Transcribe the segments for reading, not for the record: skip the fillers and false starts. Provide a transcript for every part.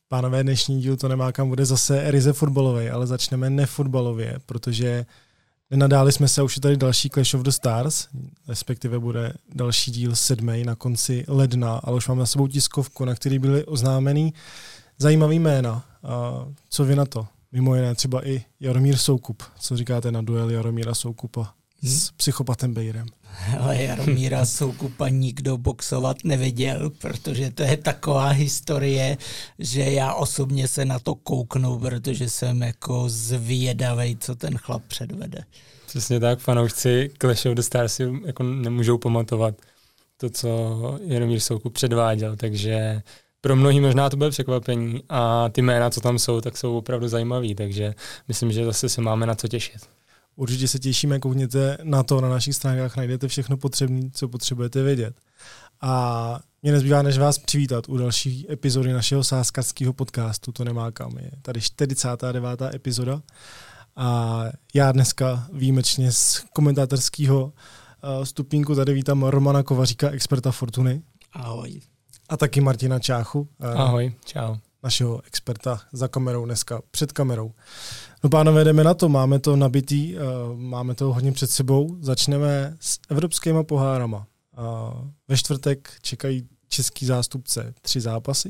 Pánové, dnešní díl To nemá kam bude zase ryze fotbalový, ale začneme nefotbalově, protože nenadáli jsme se, už je tady další Clash of the Stars, respektive bude další díl 7. na konci ledna, ale už máme na sebou tiskovku, na který byly oznámený zajímavý jména. A co vy na to? Mimo jiné třeba i Jaromír Soukup. Co říkáte na duel Jaromíra Soukupa s psychopatem Bejrem? Ale Jaromíra Soukupa nikdo boxovat neviděl, protože to je taková historie, že já osobně se na to kouknu, protože jsem jako zvědavej, co ten chlap předvede. Přesně tak, fanoušci Clash of the Stars si jako nemůžou pamatovat to, co Jaromír Soukup předváděl, takže pro mnohý možná to bude překvapení a ty jména, co tam jsou, tak jsou opravdu zajímavý, takže myslím, že zase se máme na co těšit. Určitě se těšíme, koukněte na to, na našich stránkách najdete všechno potřebné, co potřebujete vědět. A mě nezbývá, než vás přivítat u další epizody našeho sázkařského podcastu, To nemá kam. Je tady 49. epizoda a já dneska výjimečně z komentátorského stupínku tady vítám Romana Kovaříka, experta Fortuny. Ahoj. A taky Martina Čáchu. Ahoj, čau. Našeho experta za kamerou, dneska před kamerou. No pánové, jdeme na to, máme to nabitý, máme to hodně před sebou. Začneme s evropskýma pohárama. Ve čtvrtek čekají český zástupce 3 zápasy.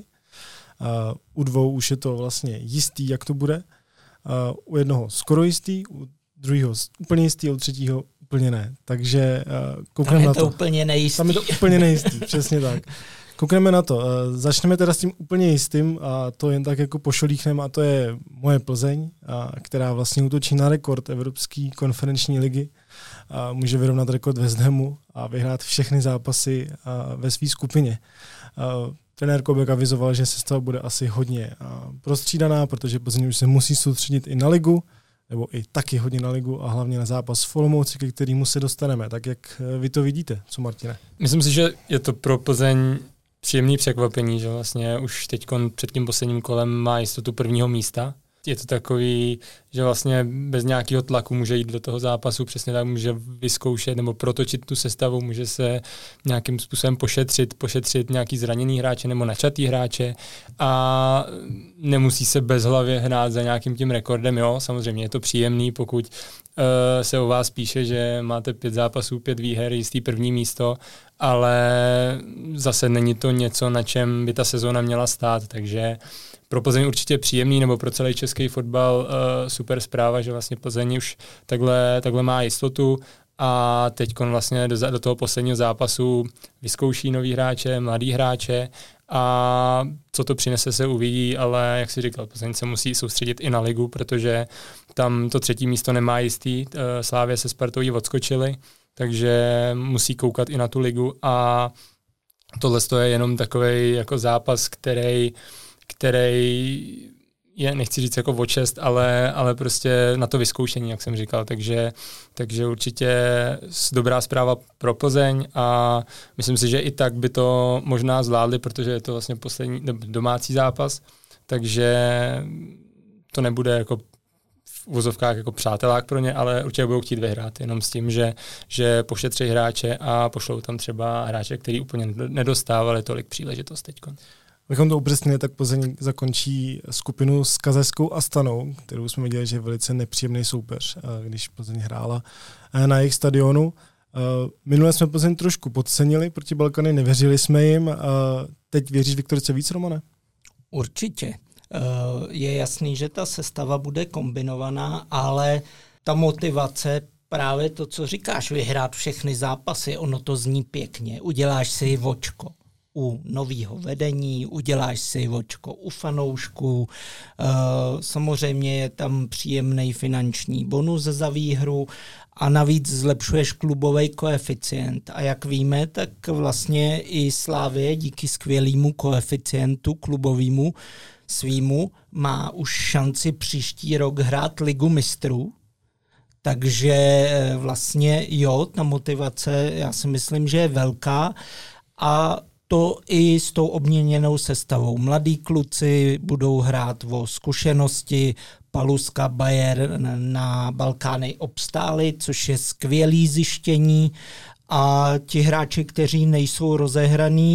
U 2 už je to vlastně jistý, jak to bude. U jednoho skoro jistý, u druhého úplně jistý, a u třetího úplně ne. Takže koukneme na to. Tam je to úplně nejistý. Tam je to úplně nejistý, přesně tak. Koukneme na to. Začneme teda s tím úplně jistým a to jen tak jako pošolíchneme a to je moje Plzeň, která vlastně útočí na rekord Evropské konferenční ligy. Může vyrovnat rekord West Hamu a vyhrát všechny zápasy ve své skupině. Trenér Koubek avizoval, že sestava bude asi hodně prostřídaná, protože Plzeň už se musí soustředit i na ligu, nebo i taky hodně na ligu a hlavně na zápas v Olomouci, ke kterému se dostaneme. Tak jak vy to vidíte, co Martine? Myslím si, že je to pro Plzeň příjemný překvapení, že vlastně už teď před tím posledním kolem má jistotu prvního místa. Je to takový, že vlastně bez nějakého tlaku může jít do toho zápasu, přesně tak může vyzkoušet nebo protočit tu sestavu, může se nějakým způsobem pošetřit nějaký zraněný hráče nebo načatý hráče a nemusí se bezhlavě hrát za nějakým tím rekordem. Jo, samozřejmě je to příjemný, pokud se o vás píše, že máte 5 zápasů, 5 výher, jistý první místo, ale zase není to něco, na čem by ta sezóna měla stát, takže pro Plzeň určitě příjemný, nebo pro celý český fotbal super zpráva, že vlastně Plzeň už takhle má jistotu a teď vlastně do toho posledního zápasu vyzkouší nový hráče, mladý hráče a co to přinese, se uvidí, ale jak si říkal, Plzeň se musí soustředit i na ligu, protože tam to 3. místo nemá jistý, Slavia se Spartou ji odskočili, takže musí koukat i na tu ligu a tohle je jenom takovej jako zápas, který je, nechci říct jako o čest, ale prostě na to vyzkoušení, jak jsem říkal, takže určitě dobrá zpráva pro Plzeň a myslím si, že i tak by to možná zvládli, protože je to vlastně poslední domácí zápas, takže to nebude jako v uvozovkách jako přátelák pro ně, ale určitě budou chtít vyhrát, jenom s tím, že pošetří hráče a pošlou tam třeba hráče, který úplně nedostávali tolik příležitost teďko. Abychom to upřesnili, tak Plzeň zakončí skupinu s Kazachskou Astanou, kterou jsme viděli, že je velice nepříjemný soupeř, když Plzeň hrála na jejich stadionu. Minule jsme Plzeň trošku podcenili proti Balkany, nevěřili jsme jim. Teď věříš Viktorice víc, Romane? Určitě. Je jasný, že ta sestava bude kombinovaná, ale ta motivace, právě to, co říkáš, vyhrát všechny zápasy, ono to zní pěkně. Uděláš si vočko u nového vedení, uděláš si vočko u fanoušků, samozřejmě je tam příjemný finanční bonus za výhru a navíc zlepšuješ klubový koeficient. A jak víme, tak vlastně i Slavie díky skvělému koeficientu klubovému svýmu má už šanci příští rok hrát Ligu mistrů. Takže vlastně jo, ta motivace, já si myslím, že je velká a to i s tou obměněnou sestavou. Mladí kluci budou hrát o zkušenosti, Paluska, Bayer na Balkány obstáli, což je skvělý zjištění a ti hráči, kteří nejsou rozehraní,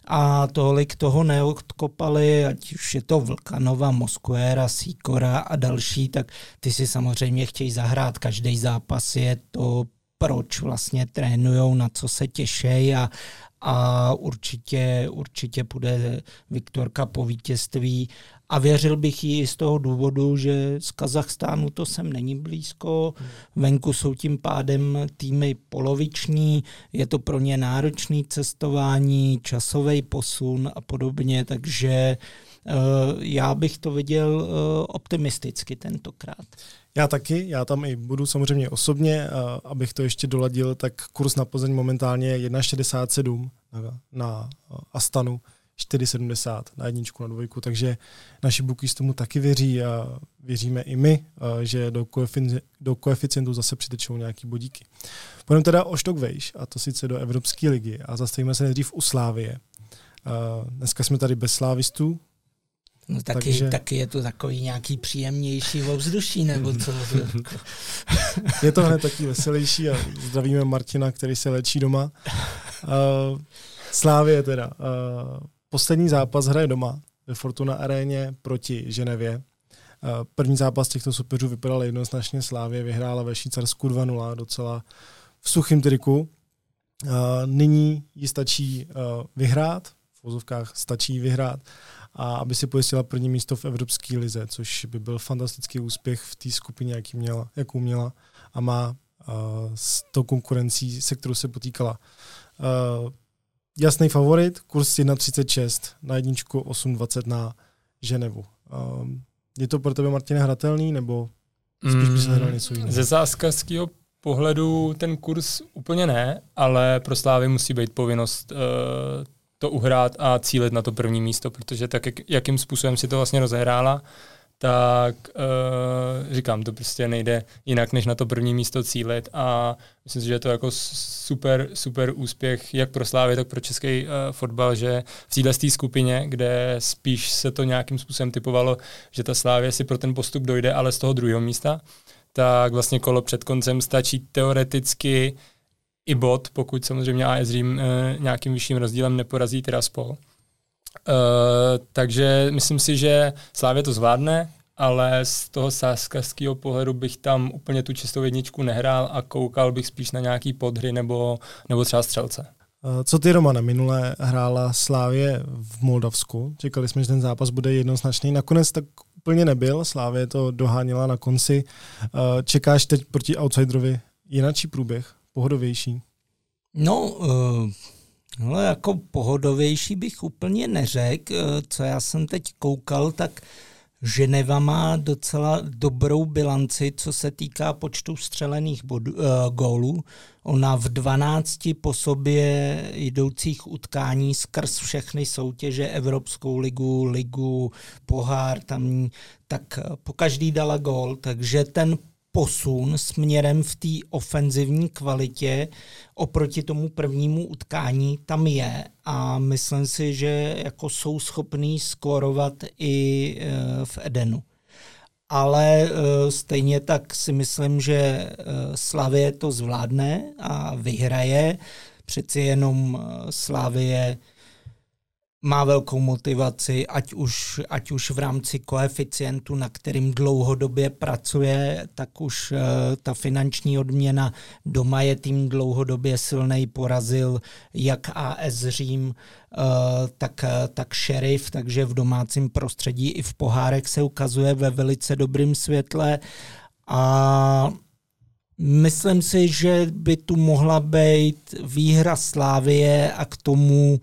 a tolik toho neodkopali, ať už je to Vlkanova, Mosquera, Sýkora a další, tak ty si samozřejmě chtějí zahrát. Každý zápas je to, proč vlastně trénujou, na co se těší a určitě půjde Viktorka po vítězství a věřil bych jí z toho důvodu, že z Kazachstánu to sem není blízko, venku jsou tím pádem týmy poloviční, je to pro ně náročný cestování, časový posun a podobně, takže já bych to viděl optimisticky tentokrát. Já taky, já tam i budu samozřejmě osobně, abych to ještě doladil, tak kurz na Plzeň momentálně je 1,67 na Astanu, 4,70 na jedničku, na dvojku, takže naši bookies tomu taky věří a věříme i my, že do koeficientu zase přitečou nějaký bodíky. Půjdeme teda o štok vejš, a to sice do Evropské ligy a zastavíme se nejdřív u Slávie. Dneska jsme tady bez slávistů. No taky je to takový nějaký příjemnější ovzduší, nebo co? Je to hned taky veselější a zdravíme Martina, který se léčí doma. Slávie teda. Poslední zápas hraje doma ve Fortuna aréně proti Ženevě. První zápas těchto soupeřů vypadal jednoznačně. Slávie vyhrála ve Švýcarsku 2-0 docela v suchým triku. Nyní jí stačí vyhrát, v vozovkách stačí vyhrát, a aby si pojistila první místo v Evropské lize, což by byl fantastický úspěch v té skupině, jakou měla a má s tou konkurencí, se kterou se potýkala. Jasný favorit, kurz 1,36 na jedničku, 8,20 na Ženevu. Je to pro tebe, Martine, hratelný, nebo spíš by se hral něco jiného? Ze sázkařského pohledu ten kurz úplně ne, ale pro Slávy musí být povinnost to uhrát a cílit na to první místo, protože tak, jakým způsobem si to vlastně rozehrála, tak říkám, to prostě nejde jinak, než na to první místo cílit a myslím si, že je to jako super úspěch jak pro Slávy, tak pro český fotbal, že v této skupině, kde spíš se to nějakým způsobem typovalo, že ta Slávie si pro ten postup dojde, ale z toho druhého místa, tak vlastně kolo před koncem stačí teoreticky i bod, pokud samozřejmě AS Řím nějakým vyšším rozdílem neporazí Tiraspol. Takže myslím si, že Slavia to zvládne, ale z toho sázkařského pohledu bych tam úplně tu čistou jedničku nehrál a koukal bych spíš na nějaký podhry nebo třeba střelce. Co ty, Romane? Minule hrála Slavie v Moldavsku. Čekali jsme, že ten zápas bude jednoznačný. Nakonec tak úplně nebyl. Slavie to doháněla na konci. Čekáš teď proti outsiderovi jinačí průběh? Pohodovější? No, jako pohodovější bych úplně neřekl. Co já jsem teď koukal, tak Ženeva má docela dobrou bilanci, co se týká počtu střelených gólů. Ona v 12 po sobě jdoucích utkání skrz všechny soutěže, Evropskou ligu, pohár, tam, tak po každý dala gól, takže ten posun směrem v té ofenzivní kvalitě oproti tomu prvnímu utkání tam je a myslím si, že jako jsou schopní skórovat i v Edenu. Ale stejně tak si myslím, že Slavie to zvládne a vyhraje. Přeci jenom Slavie má velkou motivaci, ať už v rámci koeficientu, na kterým dlouhodobě pracuje, tak už ta finanční odměna doma je tým dlouhodobě silnej, porazil jak AS Řím, tak Sheriff, takže v domácím prostředí i v pohárech se ukazuje ve velice dobrým světle a myslím si, že by tu mohla být výhra Slavie a k tomu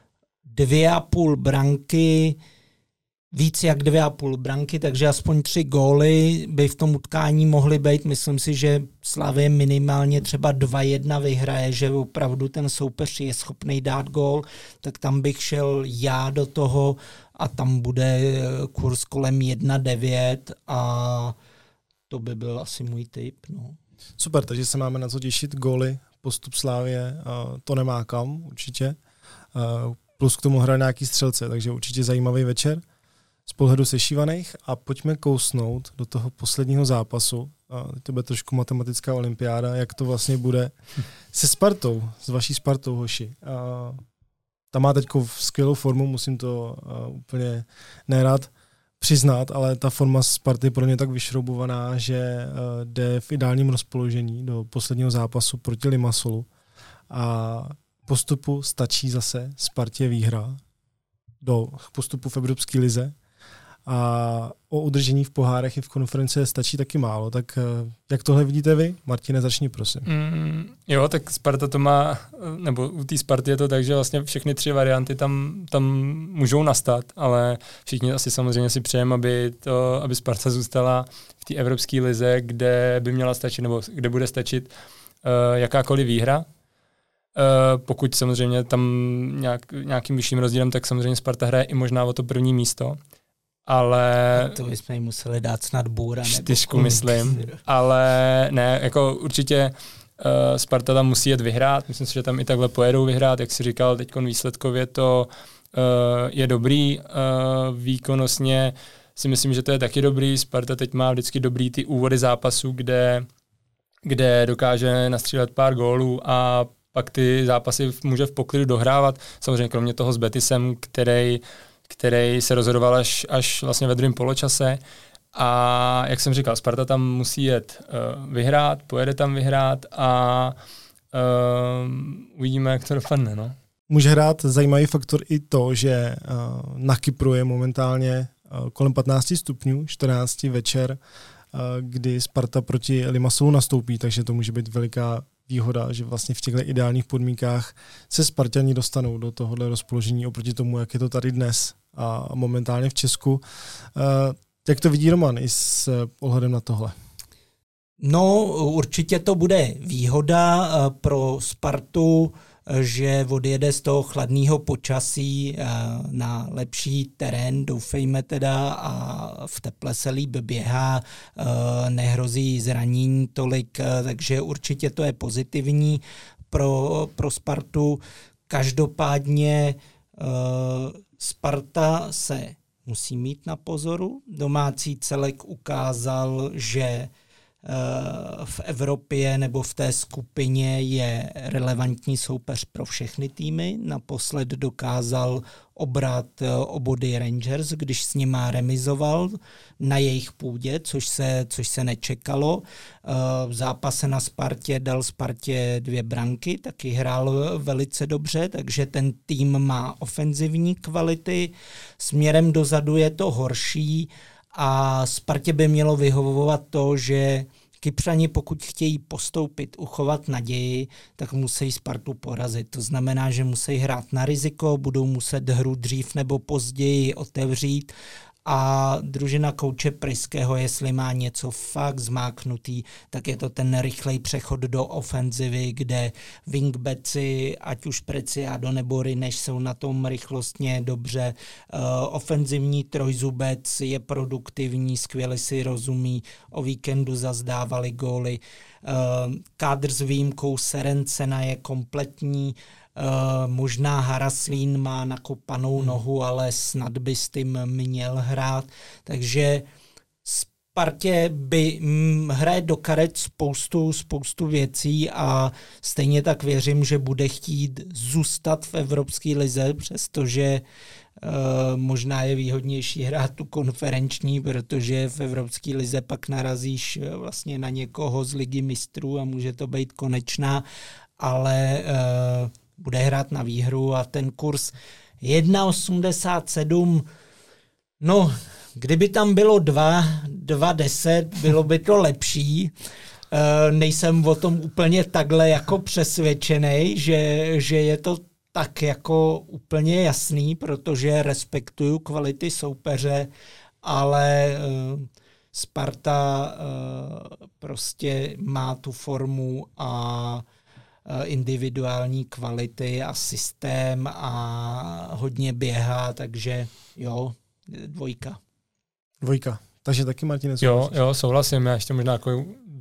2,5 branky, víc jak 2,5 branky, takže aspoň 3 góly by v tom utkání mohly být. Myslím si, že Slavie minimálně třeba 2-1 vyhraje, že opravdu ten soupeř je schopný dát gól, tak tam bych šel já do toho a tam bude kurz kolem 1,9 a to by byl asi můj tip. No. Super, takže se máme na co těšit. Góly, postup Slavie, to nemá kam určitě. Plus k tomu hraje nějaký střelce, takže určitě zajímavý večer z pohledu sešívaných a pojďme kousnout do toho posledního zápasu. To bude trošku matematická olympiáda, jak to vlastně bude se Spartou, s vaší Spartou, hoši. ta má teď skvělou formu, musím to úplně nerad přiznat, ale ta forma Sparty je pro mě tak vyšroubovaná, že jde v ideálním rozpoložení do posledního zápasu proti Limassolu a postupu stačí zase Spartě výhra do postupu v Evropské lize a o udržení v pohárech i v konferenci stačí taky málo. Tak jak tohle vidíte vy? Martine, začni prosím. Jo, tak Sparta to má, nebo u té Sparty je to tak, že vlastně všechny 3 varianty tam můžou nastat, ale všichni asi samozřejmě si přejeme, aby Sparta zůstala v té evropské lize, kde by měla stačit, nebo kde bude stačit jakákoliv výhra. Pokud samozřejmě tam nějakým vyšším rozdílem, tak samozřejmě Sparta hraje i možná o to první místo. Ale to bychom jim museli dát snad bůra. 4, myslím. Ale ne, jako určitě Sparta tam musí jet vyhrát. Myslím si, že tam i takhle pojedou vyhrát. Jak jsi říkal, teď výsledkově to je dobrý. Výkonnostně si myslím, že to je taky dobrý. Sparta teď má vždycky dobrý ty úvody zápasu, kde dokáže nastřílet pár gólů a pak ty zápasy může v poklidu dohrávat. Samozřejmě kromě toho s Betisem, který se rozhodoval až vlastně ve druhém poločase. A jak jsem říkal, Sparta tam musí jet vyhrát, pojede tam vyhrát a uvidíme, jak to dopadne. No. Může hrát zajímavý faktor i to, že na Kypru je momentálně kolem 15 stupňů, 14 večer, kdy Sparta proti Limassolu nastoupí, takže to může být veliká výhoda, že vlastně v těchto ideálních podmínkách se Sparťani dostanou do tohohle rozpoložení oproti tomu, jak je to tady dnes a momentálně v Česku. Jak to vidí Roman i s ohledem na tohle? No, určitě to bude výhoda pro Spartu, že odjede z toho chladného počasí na lepší terén, doufejme teda, a v teple se líp běhá, nehrozí zranění tolik, takže určitě to je pozitivní pro Spartu. Každopádně Sparta se musí mít na pozoru. Domácí celek ukázal, že v Evropě nebo v té skupině je relevantní soupeř pro všechny týmy. Naposled dokázal obrat o body Rangers, když s nima remizoval na jejich půdě, což se nečekalo. V zápase na Spartě dal Spartě 2 branky, taky hrál velice dobře, takže ten tým má ofenzivní kvality. Směrem dozadu je to horší a Spartě by mělo vyhovovat to, že Kypřani, pokud chtějí postoupit, uchovat naději, tak musí Spartu porazit. To znamená, že musí hrát na riziko, budou muset hru dřív nebo později otevřít a družina kouče Pryského, jestli má něco fakt zmáknutý, tak je to ten rychlej přechod do ofenzivy, kde wingbacki, ať už Preciado nebo Rineš, jsou na tom rychlostně dobře. Ofenzivní trojzubec je produktivní, skvěle si rozumí, o víkendu zazdávali góly. Kádr s výjimkou Serencena je kompletní, možná Haraslín má nakopanou nohu, ale snad by s tím měl hrát, takže Spartě by hraje do karet spoustu věcí a stejně tak věřím, že bude chtít zůstat v Evropské lize, přestože možná je výhodnější hrát tu konferenční, protože v Evropské lize pak narazíš vlastně na někoho z Ligy mistrů a může to být konečná, ale bude hrát na výhru a ten kurz 1,87, no, kdyby tam bylo 2,10, bylo by to lepší. Nejsem o tom úplně takhle jako přesvědčený, že je to tak jako úplně jasný, protože respektuju kvality soupeře, ale Sparta prostě má tu formu a individuální kvality a systém a hodně běhá, takže jo, 2. Takže taky, Martine, Jo, souhlasím. Já ještě možná jako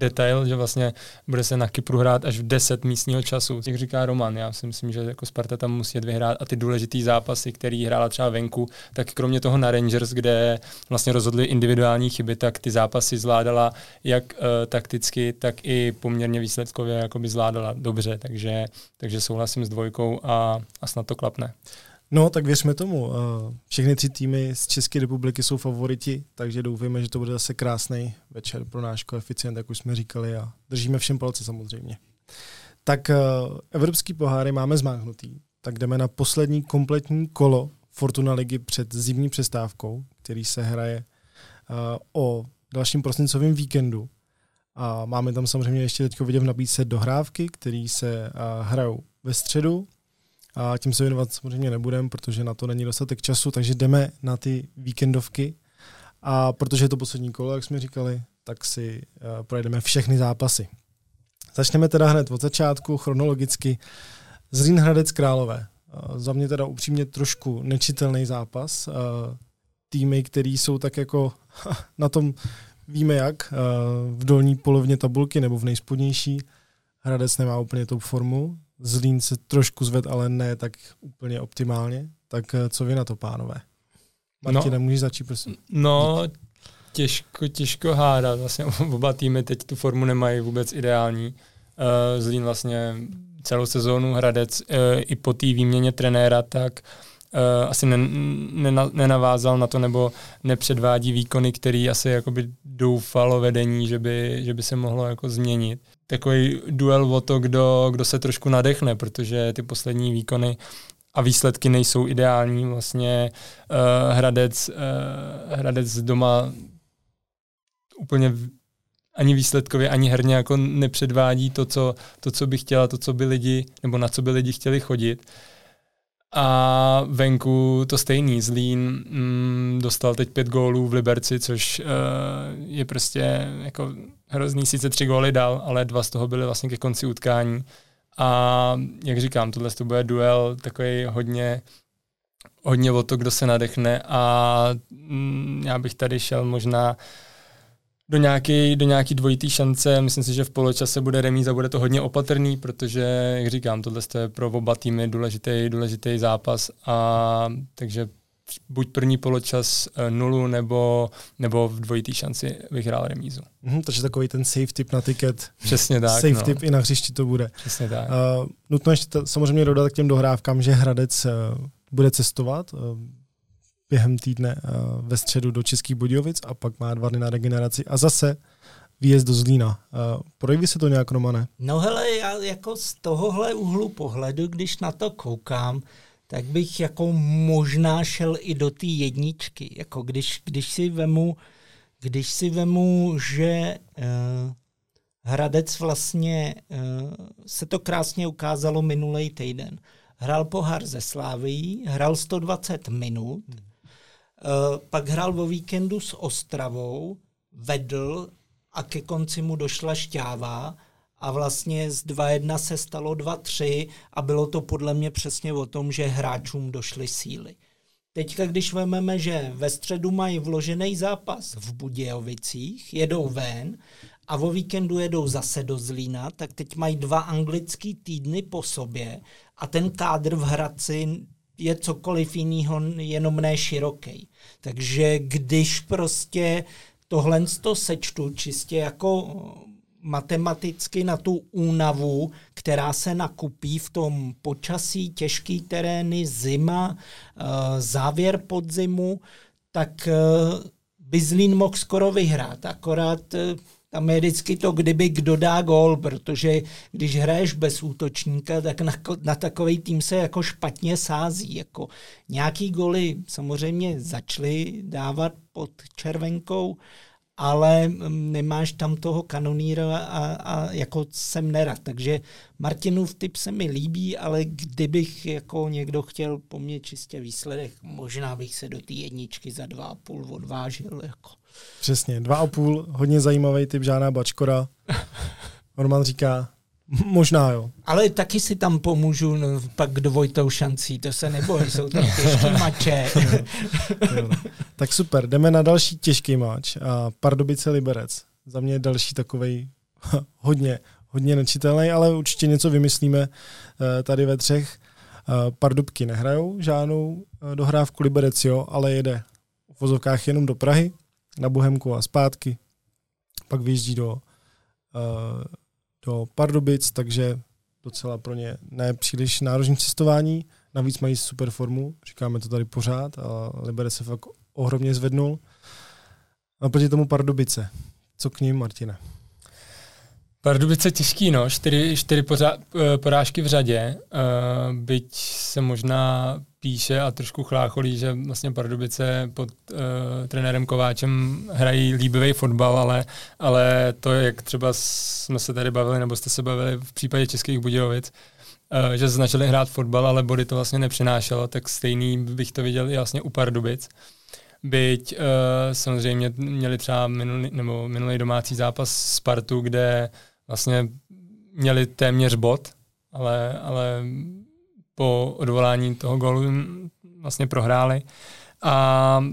detail, že vlastně bude se na Kypru hrát až v 10 místního času. Jak říká Roman, já si myslím, že jako Sparta tam musí jet vyhrát a ty důležitý zápasy, který hrála třeba venku, tak kromě toho na Rangers, kde vlastně rozhodli individuální chyby, tak ty zápasy zvládala jak takticky, tak i poměrně výsledkově jakoby zvládala dobře, takže souhlasím s 2 a snad to klapne. No, tak věřme tomu. Všechny 3 týmy z České republiky jsou favoriti, takže doufejme, že to bude zase krásný večer pro náš koeficient, jak už jsme říkali, a držíme všem palce samozřejmě. Tak evropský poháry máme zmáknutý, tak jdeme na poslední kompletní kolo Fortuna ligy před zimní přestávkou, který se hraje o dalším prosincovém víkendu. A máme tam samozřejmě ještě teď vidět v nabídce dohrávky, které se hrajou ve středu. A tím se věnovat samozřejmě nebudeme, protože na to není dostatek času, takže jdeme na ty víkendovky. A protože je to poslední kolo, jak jsme říkali, tak si projedeme všechny zápasy. Začneme teda hned od začátku, chronologicky. Zlín Hradec Králové. Za mě teda upřímně trošku nečitelný zápas. Týmy, který jsou tak jako na tom víme jak, v dolní polovině tabulky nebo v nejspodnější. Hradec nemá úplně tou formu. Zlín se trošku zved, ale ne tak úplně optimálně. Tak co vy na to, pánové? Martine, můžeš začít, prosím. No, těžko hádat. Vlastně oba týmy teď tu formu nemají vůbec ideální. Zlín vlastně celou sezónu, Hradec i po té výměně trenéra, tak asi nenavázal na to, nebo nepředvádí výkony, který asi jakoby doufalo vedení, že by se mohlo jako změnit. Takový duel o to, kdo se trošku nadechne, protože ty poslední výkony a výsledky nejsou ideální. Vlastně Hradec doma úplně ani výsledkově, ani herně jako nepředvádí to, co by chtěla, to, co by lidi, nebo na co by lidi chtěli chodit. A venku to stejný. Zlín dostal teď 5 gólů v Liberci, což je prostě jako hrozný. Sice 3 góly dal, ale 2 z toho byly vlastně ke konci utkání. A jak říkám, tohle to bude duel takový hodně o to, kdo se nadechne, a já bych tady šel možná do nějaký dvojitý šance. Myslím si, že v poločase bude remíza, bude to hodně opatrný, protože, jak říkám, tohle je pro oba týmy důležitý zápas, a takže buď první poločas 0, nebo v dvojitý šanci vyhrál remízu. Takže takový ten safe tip na tiket. Přesně tak. Safe tip i na hřišti to bude. Přesně tak. Nutno ještě samozřejmě dodat k těm dohrávkám, že Hradec bude cestovat během týdne ve středu do Českých Budějovic a pak má 2 dny na regeneraci a zase výjezd do Zlína. Projeví se to nějak, Romane? No hele, já jako z tohohle úhlu pohledu, když na to koukám, tak bych jako možná šel i do té jedničky. Jako když si vemu, že Hradec vlastně se to krásně ukázalo minulý týden. Hrál pohár ze Slávií, hrál 120 minut, pak hrál o víkendu s Ostravou, vedl a ke konci mu došla šťáva a vlastně z 2-1 se stalo 2-3 a bylo to podle mě přesně o tom, že hráčům došly síly. Teďka, když vezmeme, že ve středu mají vložený zápas v Budějovicích, jedou ven a o víkendu jedou zase do Zlína, tak teď mají 2 anglický týdny po sobě a ten kádr v Hradci je cokoliv jiného, jenom ne široký. Takže když prostě tohle to sečtu čistě jako matematicky na tu únavu, která se nakupí v tom počasí, těžký terény, zima, závěr podzimu, tak by Zlín mohl skoro vyhrát. Akorát tam je vždycky to, kdyby kdo dá gól, protože když hraješ bez útočníka, tak na takovej tým se jako špatně sází. Jako nějaký góly samozřejmě začali dávat pod červenkou, ale nemáš tam toho kanonýra a jako jsem nerad. Takže Martinův tip se mi líbí, ale kdybych jako někdo chtěl po mně čistě výsledek, možná bych se do té jedničky za 2,5 odvážil. Jako. Přesně, 2,5, hodně zajímavý tip, žádná bačkora. Roman říká, možná jo. Ale taky si tam pomůžu pak dvojitou šancí, to se neboj, jsou tam těžký mače. Tak super, jdeme na další těžký mač. Pardubice Liberec. Za mě další takovej hodně nečitelný, ale určitě něco vymyslíme tady ve třech. Pardubky nehrajou žádnou dohrávku, Liberec jo, ale jede v vozovkách jenom do Prahy, na Bohemku a zpátky. Pak vyjíždí do Pardubic, takže docela pro ně ne příliš náročné cestování. Navíc mají super formu, říkáme to tady pořád, a Liberec se fakt ohromně zvednul. A proti tomu Pardubice. Co k ním, Martine? Pardubice těžký, no. 4 porážky v řadě. Byť se možná píše a trošku chlácholí, že vlastně Pardubice pod trenérem Kováčem hrají líbivý fotbal, ale to, jak třeba jsme se tady bavili, nebo jste se bavili v případě Českých Budějovic, že se začali hrát fotbal, ale body to vlastně nepřinášelo, tak stejný bych to viděl i vlastně u Pardubic. Byť samozřejmě měli třeba minulý domácí zápas Spartu, kde vlastně měli téměř bod, ale po odvolání toho gólu vlastně prohráli. A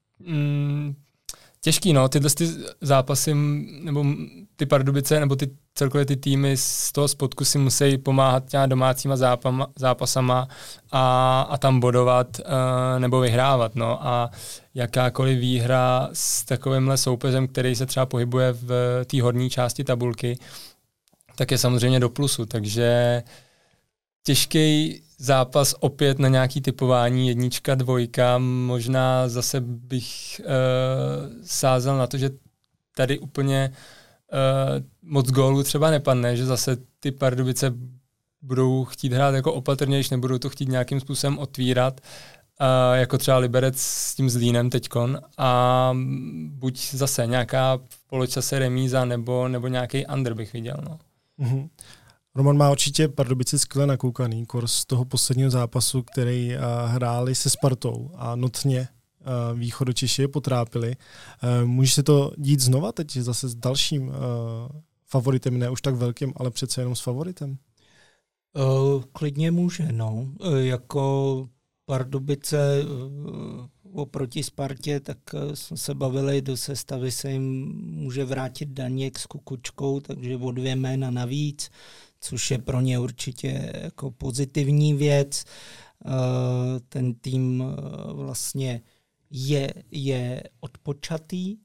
těžký, no, tyhle zápasy, nebo ty Pardubice, nebo ty celkově ty týmy z toho spodku si musí pomáhat těma domácíma zápasama a tam bodovat nebo vyhrávat. No. A jakákoliv výhra s takovýmhle soupeřem, který se třeba pohybuje v té horní části tabulky, tak je samozřejmě do plusu. Takže těžký zápas opět na nějaký typování, 1, 2, možná zase bych sázel na to, že tady úplně moc gólů třeba nepadne, že zase ty Pardubice budou chtít hrát jako opatrnější, nebudou to chtít nějakým způsobem otvírat, jako třeba Liberec s tím Zlínem teďkon, a buď zase nějaká v poločase remíza nebo nějaký under bych viděl. No. Mm-hmm. Roman má určitě Pardubice skvěle nakoukaný, kor z toho posledního zápasu, který hráli se Spartou a notně Východočeši potrápili. Může se to dít znova teď zase s dalším favoritem, ne už tak velkým, ale přece jenom s favoritem? Klidně může, no. Jako Pardubice oproti Spartě, tak jsme se bavili, do sestavy se jim může vrátit Daněk s Kukučkou, takže o 2 jména navíc, což je pro ně určitě jako pozitivní věc. Ten tým vlastně je odpočatý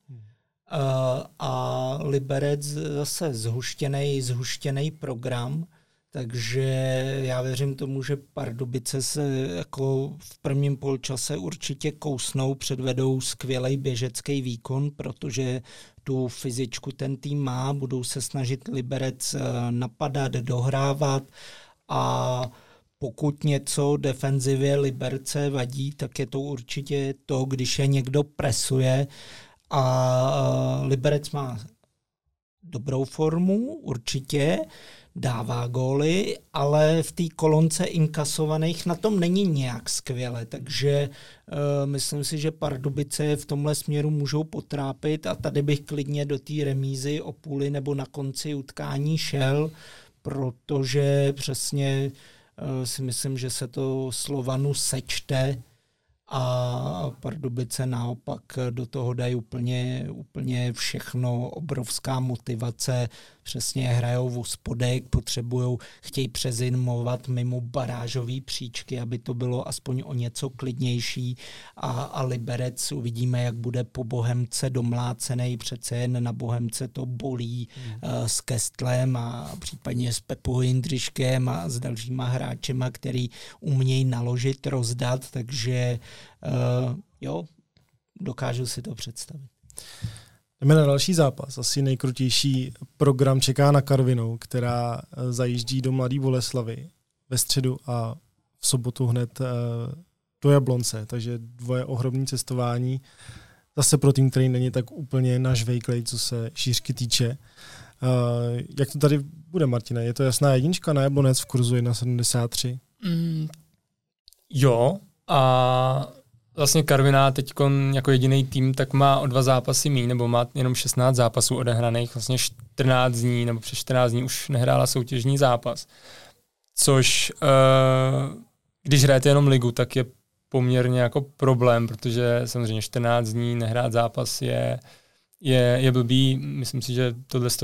a Liberec zase zhuštěnej program, takže já věřím tomu, že Pardubice se jako v prvním poločase určitě kousnou, předvedou skvělej běžecký výkon, protože tu fyzičku ten tým má, budou se snažit Liberec napadat, dohrávat, a pokud něco defenzivě Liberce vadí, tak je to určitě to, když je někdo presuje, a Liberec má dobrou formu, určitě, dává góly, ale v té kolonce inkasovaných na tom není nějak skvěle, takže myslím si, že Pardubice v tomhle směru můžou potrápit, a tady bych klidně do té remízy o půli nebo na konci utkání šel, protože přesně si myslím, že se to Slovanu sečte a Pardubice naopak do toho dají úplně všechno, obrovská motivace, přesně hrajou v spodek, chtějí přezinmovat mimo barážové příčky, aby to bylo aspoň o něco klidnější, a Liberec uvidíme, jak bude po Bohemce domlácený, přece jen na Bohemce to bolí s Kestlem a případně s Pepou Jindřiškem a s dalšíma hráčema, který umějí naložit, rozdat, takže jo, dokážu si to představit. Jdeme na další zápas. Asi nejkrutější program čeká na Karvinou, která zajíždí do Mladé Boleslavi ve středu a v sobotu hned do Jablonce. Takže 2 ohromné cestování. Zase pro tým, který není tak úplně nažvejklej, co se šířky týče. Jak to tady bude, Martine? Je to jasná jednička na Jablonec v kurzu 1,73? Jo, a vlastně Karviná teď jako jediný tým tak má o 2 zápasy míň, nebo má jenom 16 zápasů odehraných, vlastně 14 dní nebo přes 14 dní už nehrála soutěžní zápas. Což když hrajete jenom ligu, tak je poměrně jako problém, protože samozřejmě 14 dní nehrát zápas je blbý. Myslím si, že tohle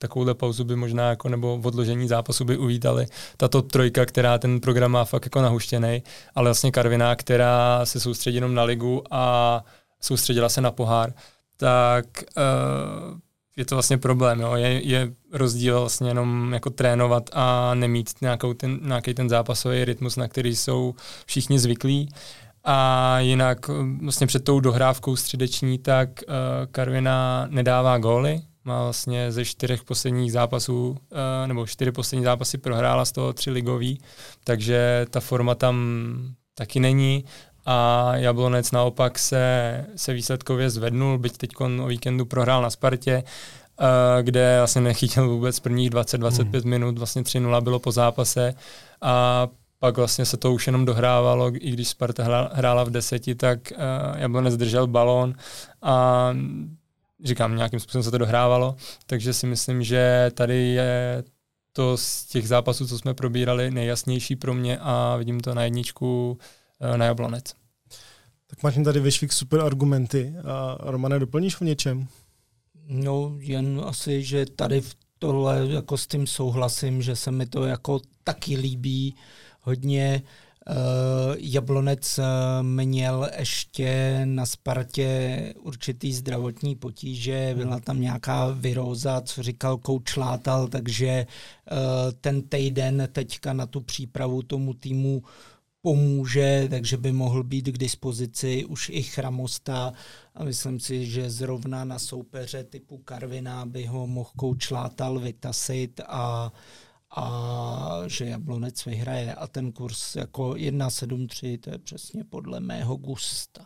takovouhle pauzu by možná jako, nebo odložení zápasu by uvítali. Tato trojka, která ten program má fakt jako nahuštěnej, ale vlastně Karviná, která se soustředí jenom na ligu a soustředila se na pohár, tak je to vlastně problém. Jo. Je rozdíl vlastně jenom jako trénovat a nemít nějaký ten zápasový rytmus, na který jsou všichni zvyklí. A jinak vlastně před tou dohrávkou středeční, tak Karviná nedává góly. Má vlastně ze 4 posledních zápasů, nebo 4 poslední zápasy prohrála, z toho 3 ligový, takže ta forma tam taky není. A Jablonec naopak se výsledkově zvednul, byť teď o víkendu prohrál na Spartě, kde vlastně nechytil vůbec prvních 20-25 minut, vlastně 3-0 bylo po zápase a pak vlastně se to už jenom dohrávalo, i když Sparta hrála v 10, tak Jablonec držel balón a říkám, nějakým způsobem se to dohrávalo, takže si myslím, že tady je to z těch zápasů, co jsme probírali, nejjasnější pro mě a vidím to na jedničku na Jablonec. Tak Martin tady vyšvih super argumenty. A Romane, doplníš v něčem? No, jen asi, že tady v tohle jako s tím souhlasím, že se mi to jako taky líbí hodně. Jablonec měl ještě na Spartě určitý zdravotní potíže, byla tam nějaká viróza, co říkal kouč Látal, takže ten týden teďka na tu přípravu tomu týmu pomůže, takže by mohl být k dispozici už i Chramosta a myslím si, že zrovna na soupeře typu Karviná by ho mohl kouč Látal vytasit a že Jablonec vyhraje a ten kurz jako 1,73, to je přesně podle mého gusta.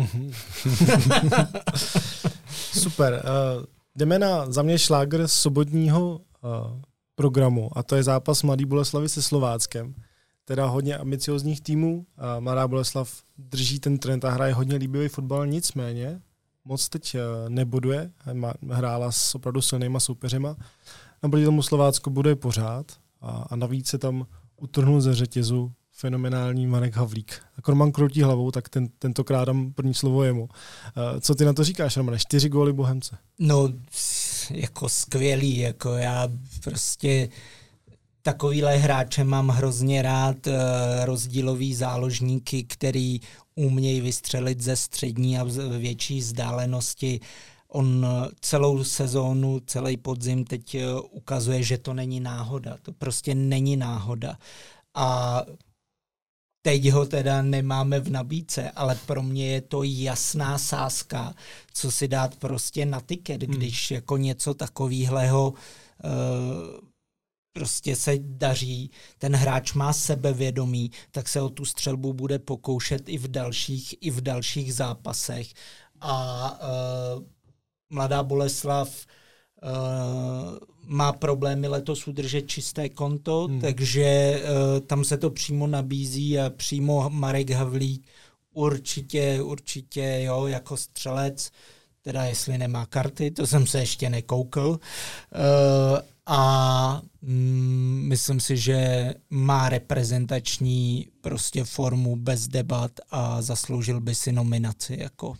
Super. Jdeme na za mě šlágr sobotního programu a to je zápas Mladé Boleslavi se Slováckem. Teda hodně ambiciozních týmů. Mladá Boleslav drží ten trend a hraje hodně líbivý fotbal, nicméně moc teď neboduje. Hrála s opravdu silnýma soupeřema. Naproti tomu Slovácko bude pořád a navíc se tam utrhnul ze řetězu fenomenální Marek Havlík. A Roman kroutí hlavou, tak tentokrát dám první slovo jemu. Co ty na to říkáš, Romane? 4 góly Bohemce. No, jako skvělý, jako já prostě takovýhle hráče mám hrozně rád, rozdílový záložníky, který umějí vystřelit ze střední a větší vzdálenosti. On celou sezónu, celý podzim teď ukazuje, že to není náhoda. To prostě není náhoda. A teď ho teda nemáme v nabídce, ale pro mě je to jasná sázka, co si dát prostě na tiket, když jako něco takovýhleho prostě se daří, ten hráč má sebevědomí, tak se o tu střelbu bude pokoušet i v dalších zápasech. A Mladá Boleslav má problémy letos udržet čisté konto, takže tam se to přímo nabízí a přímo Marek Havlík určitě jo, jako střelec, teda jestli nemá karty, to jsem se ještě nekoukl. A myslím si, že má reprezentační prostě formu bez debat a zasloužil by si nominaci. Jako.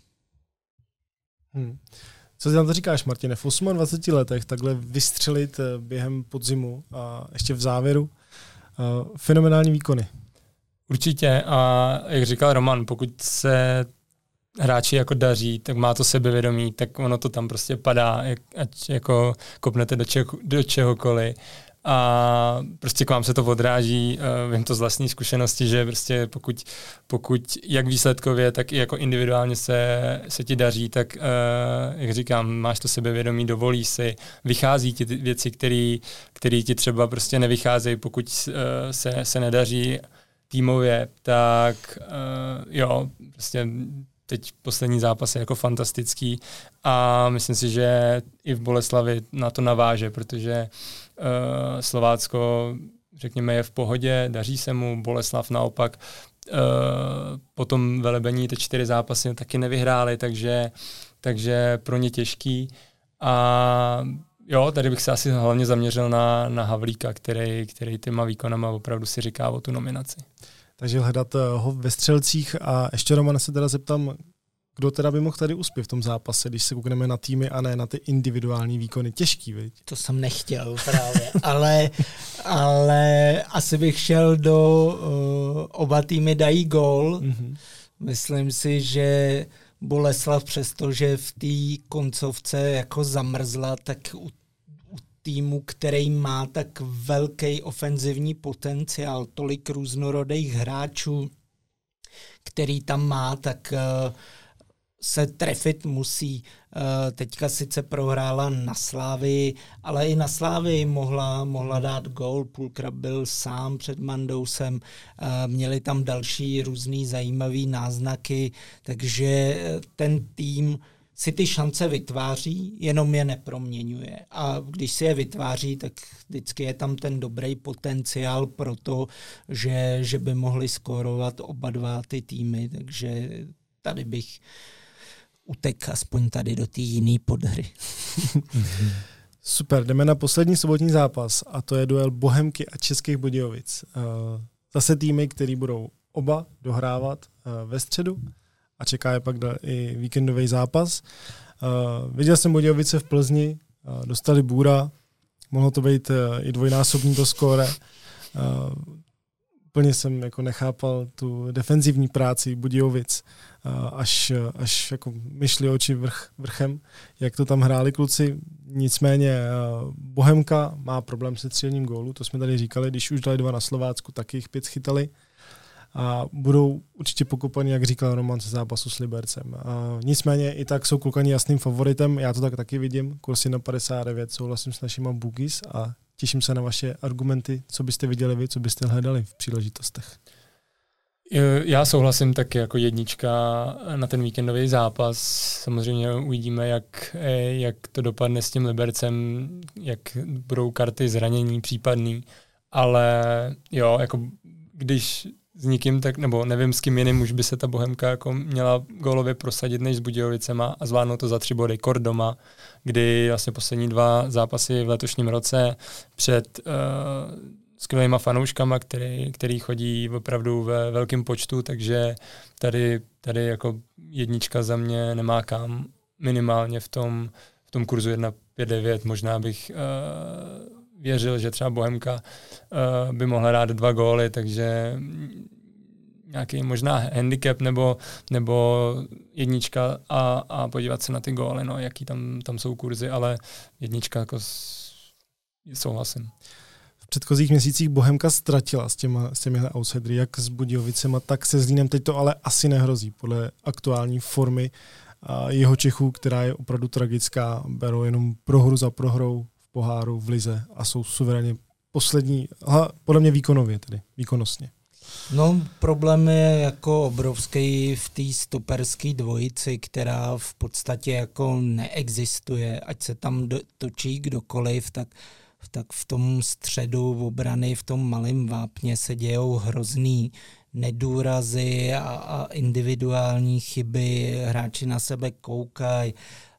Co ty tam to říkáš, Martine? V 28 letech takhle vystřelit během podzimu a ještě v závěru fenomenální výkony. Určitě a jak říkal Roman, pokud se hráči jako daří, tak má to sebevědomí, tak ono to tam prostě padá, ať jako kopnete do čehokoliv a prostě k vám se to odráží, vím to z vlastní zkušenosti, že prostě pokud jak výsledkově, tak i jako individuálně se ti daří, tak jak říkám, máš to sebevědomí, dovolí si, vychází ti ty věci, které ti třeba prostě nevycházejí, pokud se nedaří týmově, tak jo, prostě teď poslední zápas je jako fantastický a myslím si, že i v Boleslavi na to naváže, protože Slovácko, řekněme, je v pohodě, daří se mu, Boleslav naopak potom Velebení ty 4 zápasy taky nevyhráli, takže pro ně těžký. A jo, tady bych se asi hlavně zaměřil na Havlíka, který těma výkonama opravdu si říká o tu nominaci. Takže hledat ho ve střelcích a ještě Romana se teda zeptám, kdo teda by mohl tady uspět v tom zápase, když se koukneme na týmy a ne na ty individuální výkony? Těžký, viď? To jsem nechtěl právě, ale asi bych šel oba týmy dají gól. Mm-hmm. Myslím si, že Boleslav přestože v té koncovce jako zamrzla, tak u týmu, který má tak velký ofenzivní potenciál, tolik různorodých hráčů, který tam má, tak se trefit musí. Teďka sice prohrála na Slávii, ale i na Slávii mohla dát gól. Půlkrát byl sám před Mandousem. Měli tam další různý zajímavý náznaky, takže ten tým si ty šance vytváří, jenom je neproměňuje. A když si je vytváří, tak vždycky je tam ten dobrý potenciál pro to, že by mohli skórovat oba dva ty týmy, takže tady bych utek aspoň tady do té jiné podhry. Super, jdeme na poslední sobotní zápas a to je duel Bohemky a Českých Budějovic. Zase týmy, který budou oba dohrávat ve středu a čeká je pak i víkendový zápas. Viděl jsem Budějovice v Plzni, dostali Bůra, mohlo to být i dvojnásobný to skóre. Úplně jsem jako nechápal tu defenzivní práci Budějovic, až jako myšli oči vrchem, jak to tam hráli kluci. Nicméně Bohemka má problém se střelním gólu, to jsme tady říkali, když už dali 2 na Slovácku, tak jich 5 schytali. A budou určitě pokopaní, jak říkal Roman, ze zápasu s Libercem. Nicméně i tak jsou klukani jasným favoritem, já to tak taky vidím, kurz 1,59, souhlasím s našima bookies a těším se na vaše argumenty, co byste viděli vy, co byste hledali v příležitostech. Já souhlasím taky jako jednička na ten víkendový zápas. Samozřejmě uvidíme, jak to dopadne s tím Libercem, jak budou karty zranění případný, ale jo, jako když s nikým, tak, nebo nevím s kým jiným už by se ta Bohemka jako měla gólově prosadit než s Budějovicema a zvládnout to za 3 body kor doma, kdy vlastně poslední 2 zápasy v letošním roce před skvělýma fanouškama, který chodí opravdu ve velkém počtu, takže tady jako jednička za mě nemá kam, minimálně v tom kurzu 1,59, možná bych věřil, že třeba Bohemka by mohla dát 2 góly, takže nějaký možná handicap nebo jednička a podívat se na ty góly, no, jaký tam jsou kurzy, ale jednička jako souhlasím. V předchozích měsících Bohemka ztratila s těmihle outsidery, jak s Budějovicema, tak se Zlínem. Teď to ale asi nehrozí podle aktuální formy jeho Čechů, která je opravdu tragická. Berou jenom prohru za prohrou v poháru, v lize a jsou suverénně poslední, podle mě výkonnostně. No, problém je jako obrovský v té stoperské dvojici, která v podstatě jako neexistuje. Ať se tam točí kdokoliv, tak v tom středu obrany, v tom malém vápně se dějou hrozný nedůrazy a individuální chyby, hráči na sebe koukají.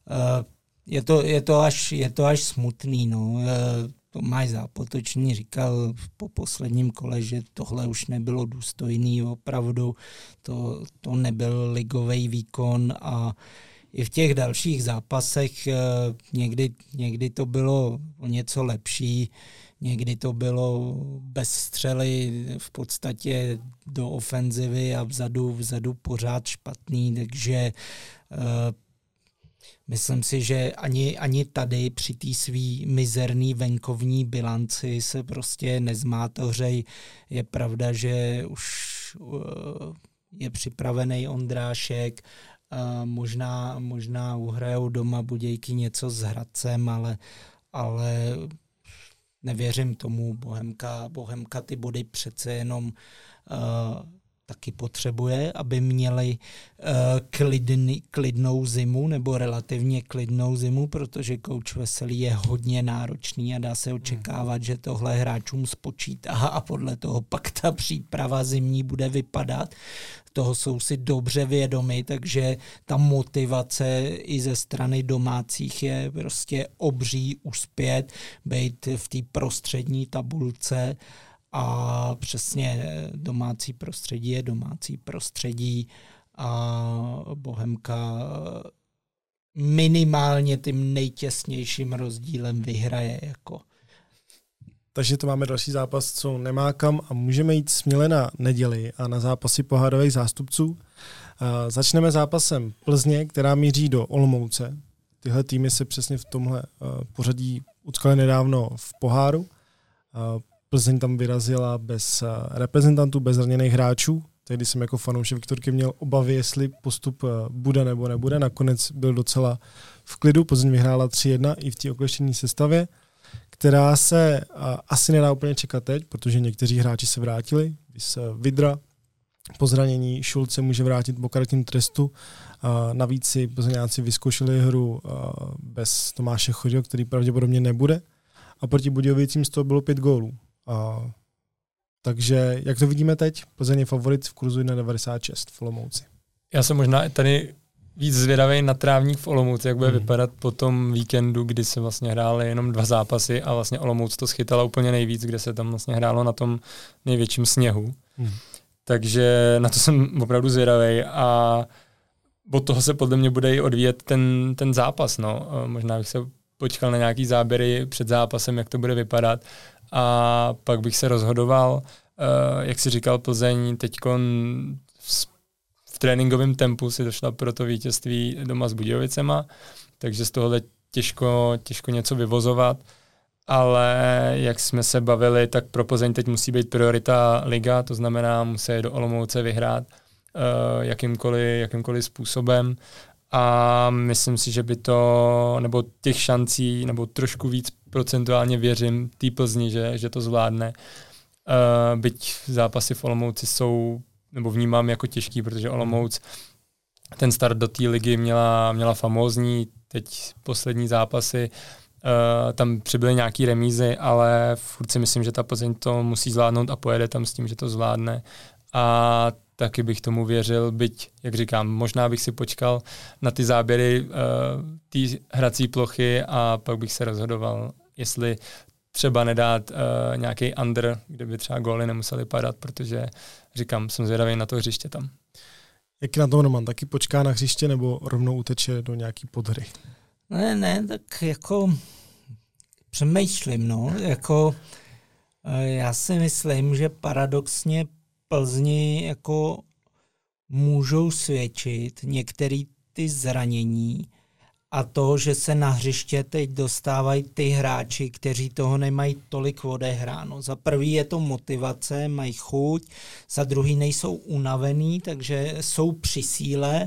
Je to až smutný, no. Tomáš Zápotočný říkal po posledním kole, že tohle už nebylo důstojný, opravdu to nebyl ligový výkon a i v těch dalších zápasech někdy to bylo o něco lepší, někdy to bylo bez střely v podstatě do ofenzivy a vzadu pořád špatný, takže myslím si, že ani tady při té svý mizerný venkovní bilanci se prostě nezmátořej. Je pravda, že už je připravený Ondrášek, možná uhrajou doma Budějky něco s Hradcem, ale nevěřím tomu. Bohemka ty body přece jenom taky potřebuje, aby měli klidnou zimu nebo relativně klidnou zimu, protože kouč Veselý je hodně náročný a dá se očekávat, že tohle hráčům spočítá a podle toho pak ta příprava zimní bude vypadat. Toho jsou si dobře vědomi, takže ta motivace i ze strany domácích je prostě obří uspět, být v té prostřední tabulce. A přesně domácí prostředí je domácí prostředí a Bohemka minimálně tím nejtěsnějším rozdílem vyhraje. Jako. Takže to máme další zápas, co nemá kam a můžeme jít směle na neděli a na zápasy pohárových zástupců. Začneme zápasem Plzně, která míří do Olomouce. Tyhle týmy se přesně v tomhle pořadí utkaly nedávno v poháru. Plzeň tam vyrazila bez reprezentantů, bez zraněných hráčů. Tehdy jsem jako fanoušek Viktorky měl obavy, jestli postup bude nebo nebude. Nakonec byl docela v klidu. Plzeň vyhrála 3-1 i v té okleštěné sestavě, která se asi nedá úplně čekat teď, protože někteří hráči se vrátili. Vidra po zranění, Šulce může vrátit po karetním trestu. Navíc si Plzeňáci vyzkoušeli hru bez Tomáše Choďo, který pravděpodobně nebude. A proti Budějovicím z toho bylo 5 gólů. Takže jak to vidíme teď? Plzeň je favorit v kurzu 1,96 v Olomouci. Já jsem možná tady víc zvědavý na trávník v Olomouci, jak bude vypadat po tom víkendu, kdy se vlastně hrály jenom 2 zápasy a vlastně Olomouc to schytala úplně nejvíc, kde se tam vlastně hrálo na tom největším sněhu. Takže na to jsem opravdu zvědavý a od toho se podle mě bude i odvíjet ten zápas. No. Možná bych se počkal na nějaký záběry před zápasem, jak to bude vypadat a pak bych se rozhodoval, jak si říkal, Plzeň teďkon v tréninkovém tempu si došla pro to vítězství doma s Budějovicema, takže z tohohle těžko něco vyvozovat, ale jak jsme se bavili, tak pro Plzeň teď musí být priorita liga, to znamená musí do Olomouce vyhrát jakýmkoliv způsobem a myslím si, že by to, nebo těch šancí, nebo trošku víc procentuálně věřím té Plzni, že to zvládne. Byť zápasy v Olomouci jsou, nebo vnímám jako těžký, protože Olomouc ten start do té ligy měla famózní, teď poslední zápasy, tam přibyly nějaký remízy, ale furt si myslím, že ta Plzeň to musí zvládnout a pojede tam s tím, že to zvládne. A taky bych tomu věřil, byť, jak říkám, možná bych si počkal na ty záběry té hrací plochy a pak bych se rozhodoval, jestli třeba nedát nějaký under, kde by třeba góly nemusely padat, protože říkám, jsem zvědavý na to hřiště tam. Jak na tom Roman, taky počká na hřiště nebo rovnou uteče do nějaký podhry? Ne, tak jako přemýšlím, no, jako já si myslím, že paradoxně Plzni jako můžou svědčit některé ty zranění a to, že se na hřiště teď dostávají ty hráči, kteří toho nemají tolik odehráno. Za prvý je to motivace, mají chuť, za druhý nejsou unavený, takže jsou při síle.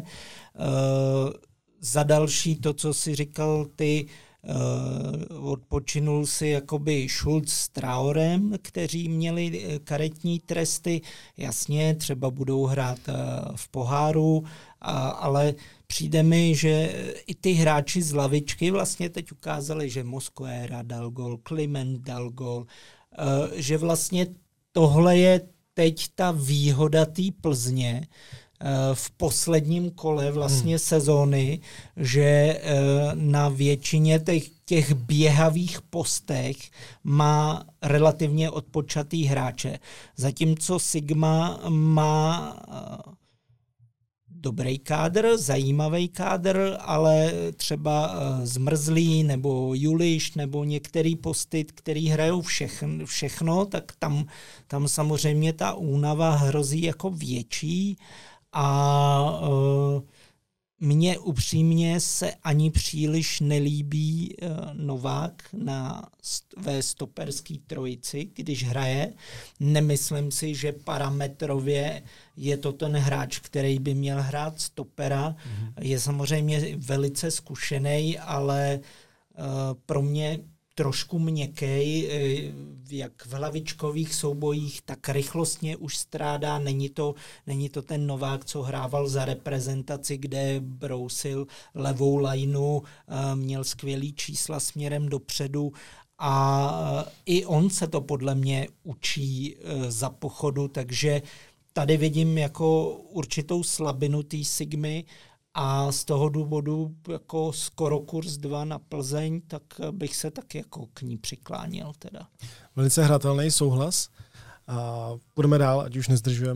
Za další to, co si říkal ty, odpočinul si jakoby Šulc s Traorem, kteří měli karetní tresty. Jasně, třeba budou hrát v poháru, ale přijde mi, že i ty hráči z lavičky vlastně teď ukázali, že Mosquera dal gol, Kliment dal gol, že vlastně tohle je teď ta výhoda té Plzně v posledním kole vlastně sezóny, že na většině těch běhavých postech má relativně odpočatý hráče. Zatímco Sigma má dobrý kádr, zajímavý kádr, ale třeba Zmrzlý nebo Juliš nebo některý posty, který hrajou všechno, tak tam samozřejmě ta únava hrozí jako větší. A mně upřímně se ani příliš nelíbí Novák ve stoperský trojici, když hraje. Nemyslím si, že parametrově je to ten hráč, který by měl hrát stopera. Je samozřejmě velice zkušený, ale pro mě trošku měkkej, jak v hlavičkových soubojích, tak rychlostně už strádá. Není to ten Novák, co hrával za reprezentaci, kde brousil levou lajnu, měl skvělý čísla směrem dopředu a i on se to podle mě učí za pochodu, takže tady vidím jako určitou slabinu té Sigmy. A z toho důvodu jako skoro kurz 2 na Plzeň, tak bych se tak jako k ní přikláněl teda. Velice hratelný souhlas. A půjdeme dál, ať už nezdržujeme.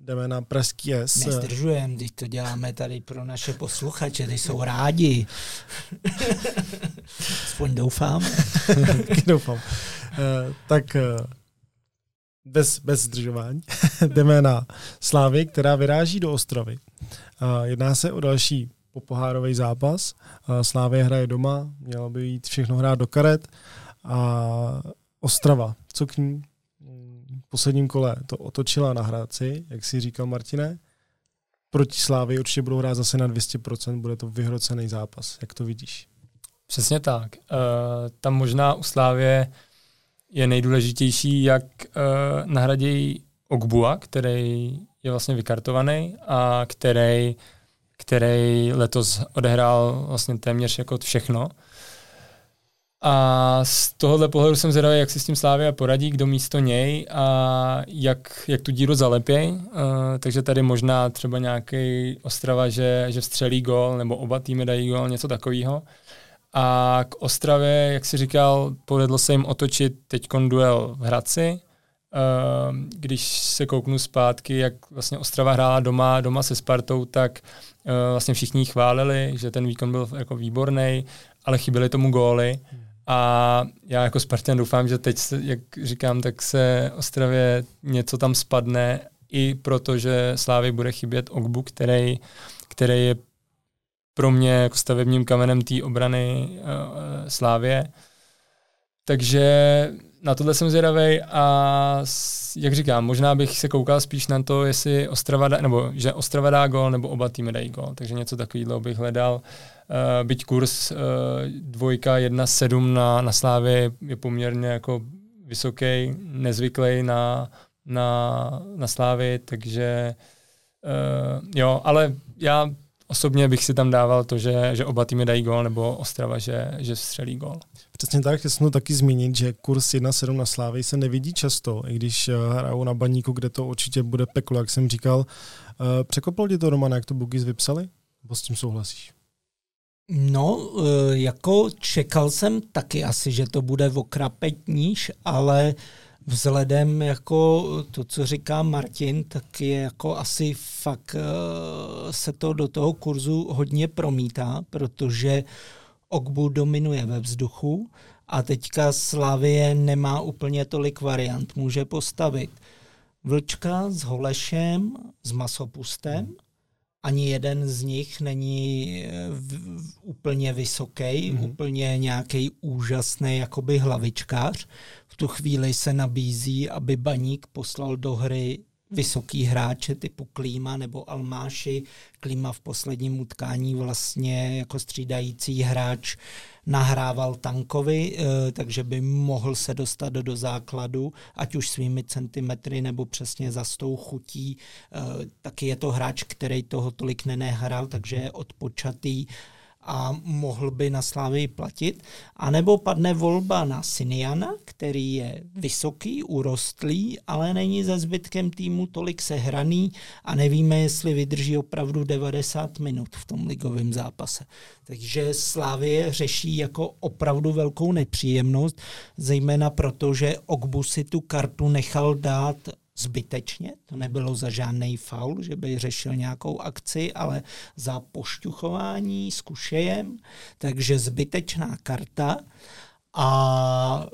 jdeme na pražský S. Nezdržujeme, když to děláme tady pro naše posluchače, ty jsou rádi. Aspoň doufám. Doufám. Tak bez zdržování jdeme na Slávy, která vyráží do Ostravy. Jedná se o další popohárový zápas. Slávie hraje doma, mělo by jít všechno hrát do karet. A Ostrava, co k ní v posledním kole to otočila na Hradci, jak si říkal Martine. Proti Slávii určitě budou hrát zase na 200%, bude to vyhrocený zápas. Jak to vidíš? Přesně tak. Tam možná u Slávie je nejdůležitější, jak nahradí Ogbua, který je vlastně vykartovaný a který letos odehrál vlastně téměř jako všechno. A z tohohle pohledu jsem zvědavý, jak si s tím Slavia poradí, kdo místo něj a jak tu díru zalepěj. Takže tady možná třeba nějaký Ostrava, že vstřelí gól, nebo oba týmy dají gól, něco takového. A k Ostravě, jak si říkal, povedlo se jim otočit teďkon duel v Hradci. Když se kouknu zpátky, jak vlastně Ostrava hrála doma se Spartou, tak vlastně všichni chválili, že ten výkon byl jako výborný, ale chyběly tomu góly. A já jako Spartan doufám, že teď, jak říkám, tak se Ostravě něco tam spadne, i protože Slávy bude chybět Ogbu, který je pro mě jako stavebním kamenem té obrany Slávie. Takže na tohle jsem zvědavej a jak říkám, možná bych se koukal spíš na to, jestli že Ostrava dá gól, nebo oba týmy dají gól. Takže něco takového bych hledal. Byť kurz 2-1-7 na Slávě je poměrně jako vysoký, nezvyklý na Slávy, takže jo, ale já osobně bych si tam dával to, že oba týmy dají gól, nebo Ostrava, že střelí gól. Přesně tak, chci to taky zmínit, že kurz 1,7 na Slávy se nevidí často, i když hrajou na Baníku, kde to určitě bude peklo, jak jsem říkal. Překvapilo ti to, Romane, jak to bookies vypsali? Nebo s tím souhlasíš? No, jako čekal jsem taky asi, že to bude okrapet níž, ale vzhledem jako to, co říká Martin, tak je jako asi fakt se to do toho kurzu hodně promítá, protože Ogbu dominuje ve vzduchu a teďka Slavie nemá úplně tolik variant. Může postavit Vlčka s Holešem, s Masopustem, ani jeden z nich není úplně vysoký, úplně nějaký úžasný jakoby hlavičkář. V tu chvíli se nabízí, aby Baník poslal do hry vysoký hráče typu Klíma nebo Almáši. Klíma v posledním utkání vlastně jako střídající hráč nahrával Tankovi, takže by mohl se dostat do základu, ať už svými centimetry nebo přesně za tou chutí. Taky je to hráč, který toho tolik nehrál, takže je odpočatý a mohl by na Slávii platit. A nebo padne volba na Siniana, který je vysoký, urostlý, ale není se zbytkem týmu tolik sehraný a nevíme, jestli vydrží opravdu 90 minut v tom ligovém zápase. Takže Slavie řeší jako opravdu velkou nepříjemnost, zejména proto, že Ogbu si tu kartu nechal dát zbytečně, to nebylo za žádný faul, že by řešil nějakou akci, ale za pošťuchování s kušejem, takže zbytečná karta a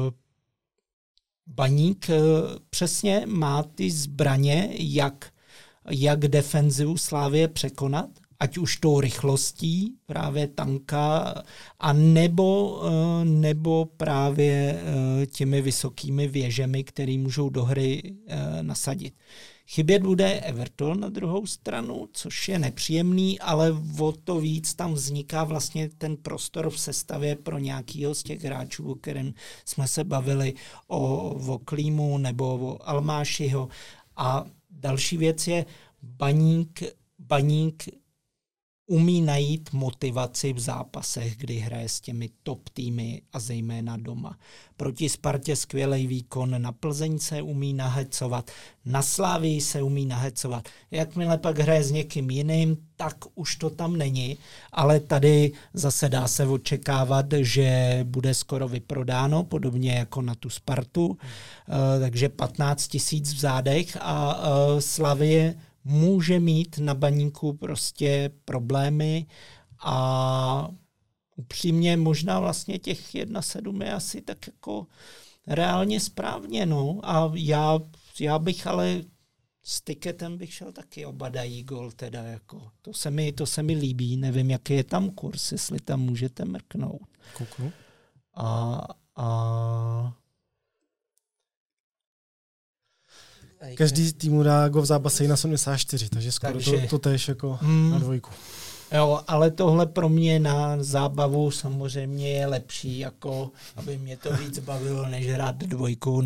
Baník přesně má ty zbraně, jak defenzivu Slavie překonat, ať už tou rychlostí právě Tanka, a nebo právě těmi vysokými věžemi, které můžou do hry nasadit. Chybět bude Everton na druhou stranu, což je nepříjemný, ale o to víc tam vzniká vlastně ten prostor v sestavě pro nějakýho z těch hráčů, o kterém jsme se bavili, o Klímu nebo o Almášiho. A další věc je Baník umí najít motivaci v zápasech, kdy hraje s těmi top týmy a zejména doma. Proti Spartě skvělý výkon, na Plzeň se umí nahecovat, na Slavii se umí nahecovat. Jakmile pak hraje s někým jiným, tak už to tam není, ale tady zase dá se očekávat, že bude skoro vyprodáno, podobně jako na tu Spartu, takže 15 000 v zádech a Slavie může mít na Baníku prostě problémy a upřímně možná vlastně těch 1-7 je asi tak jako reálně správně, no. A já bych ale s tiketem bych šel taky, oba dají gol teda jako. To se mi líbí, nevím, jaký je tam kurz, jestli tam můžete mrknout. Kouknu. Každý týmu dá gol v zápase 1,74, takže skoro to též jako na dvojku. Jo, ale tohle pro mě na zábavu samozřejmě je lepší, jako aby mě to víc bavilo, než hrát dvojku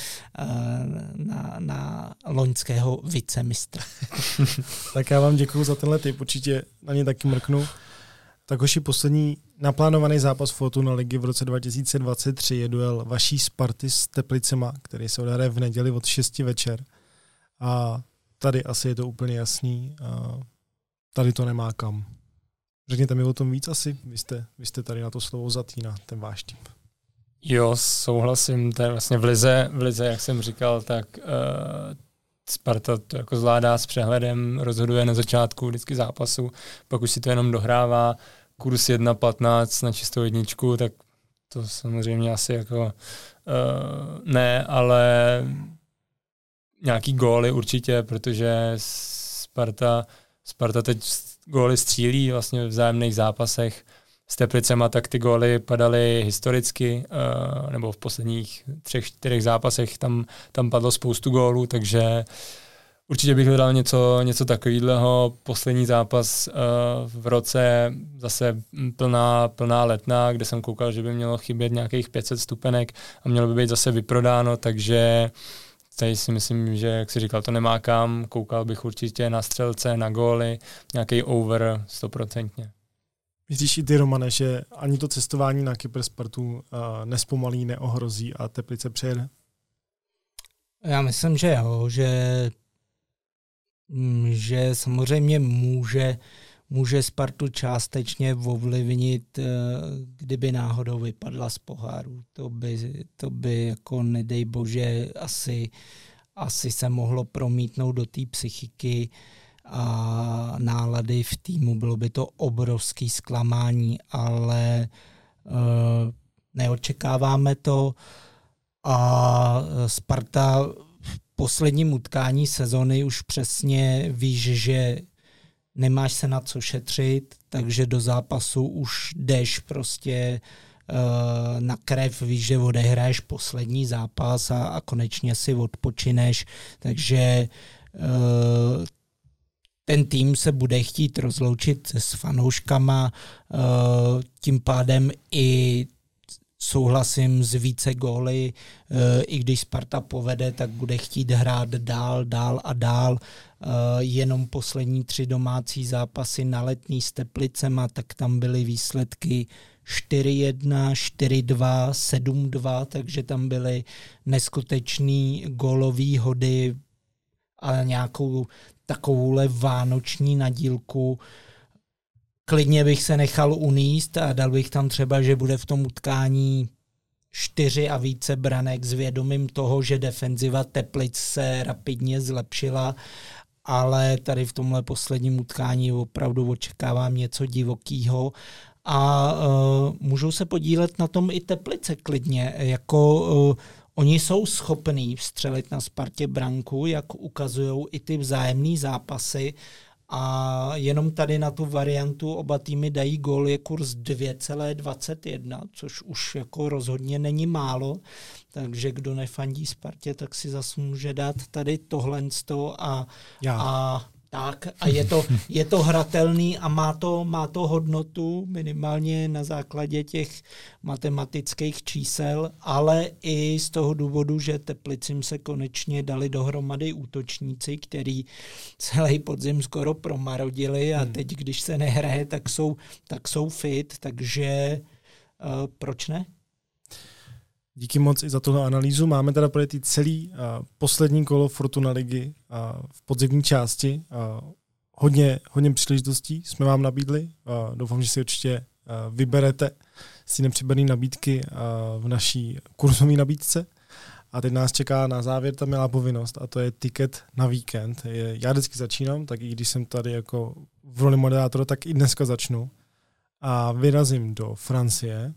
na loňského vicemistra. Tak já vám děkuju za tenhle tip, určitě na ně taky mrknu. Tak hoši, poslední naplánovaný zápas Fortuna ligy v roce 2023 je duel vaší Sparty s Teplicema, který se odehraje v neděli od 6 večer. A tady asi je to úplně jasný. A tady to nemá kam. Řekněte mi o tom víc asi. Vy jste tady na to slovo zatí, na ten váš tip. Jo, souhlasím. To je vlastně v lize, jak jsem říkal, tak Sparta to jako zvládá s přehledem, rozhoduje na začátku vždycky zápasu, pak už si to jenom dohrává. Kurz 1,15 na čistou jedničku, tak to samozřejmě asi jako ne, ale nějaký góly určitě, protože Sparta teď góly střílí vlastně v vzájemných zápasech s Teplicema, tak ty góly padaly historicky, nebo v posledních 3-4 zápasech tam padlo spoustu gólů, takže určitě bych hledal něco takového. Poslední zápas v roce, zase plná Letná, kde jsem koukal, že by mělo chybět nějakých 500 stupenek a mělo by být zase vyprodáno, takže tady si myslím, že, jak jsi říkal, to nemá kam. Koukal bych určitě na střelce, na góly, nějaký over 100%. Myslíš i ty, Romane, že ani to cestování na Kypr Spartu nespomalí, neohrozí a Teplice přejede? Já myslím, že jo, že samozřejmě může Spartu částečně ovlivnit, kdyby náhodou vypadla z poháru. To by jako nedej bože asi se mohlo promítnout do té psychiky a nálady v týmu. Bylo by to obrovský zklamání, ale neočekáváme to a Sparta v posledním utkání sezony už přesně víš, že nemáš se na co šetřit, takže do zápasu už jdeš prostě na krev, víš, že odehraješ poslední zápas a konečně si odpočineš, takže ten tým se bude chtít rozloučit s fanouškama, tím pádem i souhlasím s více góly, i když Sparta povede, tak bude chtít hrát dál a dál. Jenom poslední 3 domácí zápasy na Letní s Teplicema, tak tam byly výsledky 4-1, 4-2, 7-2, takže tam byly neskutečný gólový hody a nějakou takovouhle vánoční nadílku. Klidně bych se nechal uníst a dal bych tam třeba, že bude v tom utkání 4 a více branek s vědomím toho, že defenziva Teplic se rapidně zlepšila, ale tady v tomhle posledním utkání opravdu očekávám něco divokýho a můžou se podílet na tom i Teplice klidně, jako oni jsou schopní vstřelit na Spartě branku, jak ukazují i ty vzájemné zápasy. A jenom tady na tu variantu oba týmy dají gól je kurz 2,21, což už jako rozhodně není málo. Takže kdo nefandí Spartě, tak si zas může dát tady tohle a Tak a je to hratelný a má to hodnotu minimálně na základě těch matematických čísel, ale i z toho důvodu, že Teplicím se konečně dali dohromady útočníci, který celý podzim skoro promarodili a teď, když se nehraje, tak jsou fit, takže proč ne? Díky moc i za tuhle analýzu. Máme teda projetý celý poslední kolo Fortuna ligy v podzimní části. Hodně příležitostí jsme vám nabídli. Doufám, že si určitě vyberete si nepřibrané nabídky v naší kurzové nabídce. A teď nás čeká na závěr ta milá povinnost a to je tiket na víkend. Já vždycky začínám, tak i když jsem tady jako v roli moderátora, tak i dneska začnu. A vyrazím do Francie.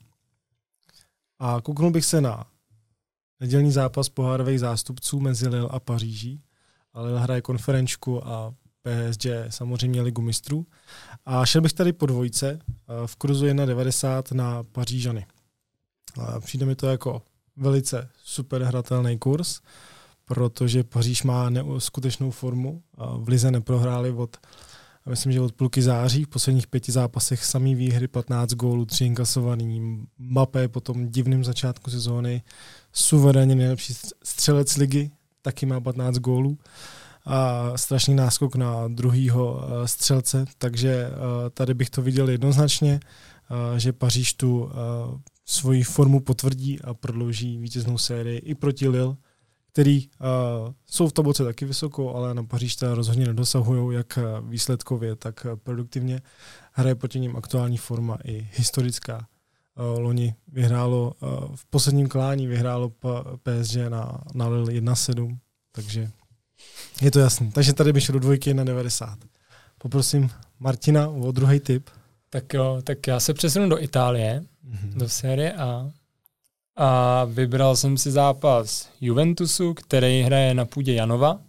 A kouknul bych se na nedělní zápas pohárových zástupců mezi Lille a Paříží. A Lille hraje konferenčku a PSG samozřejmě ligu mistrů. A šel bych tady po dvojce v kurzu 1,90 na Pařížany. A přijde mi to jako velice super hratelný kurz, protože Paříž má neskutečnou formu. V lize neprohráli myslím, že od půlky září, v posledních 5 zápasech samý výhry, 15 gólů, 3 inkasovaný. Mbappé po tom divném začátku sezóny, suverénně nejlepší střelec ligy, taky má 15 gólů. A strašný náskok na druhýho střelce, takže tady bych to viděl jednoznačně, že Paříž tu svoji formu potvrdí a prodlouží vítěznou sérii i proti Lille, který jsou v tabulce taky vysoko, ale na Paříž teda rozhodně nedosahují jak výsledkově, tak produktivně. Hraje proti nim aktuální forma i historická. Loni vyhrálo, v posledním klání vyhrálo PSG na Lille 1-7, takže je to jasný. Takže tady bych šel do dvojky 1,90. Poprosím Martina o druhý tip. Tak jo, tak já se přesunu do Itálie, do série A. A vybral jsem si zápas Juventusu, který hraje na půdě Janova.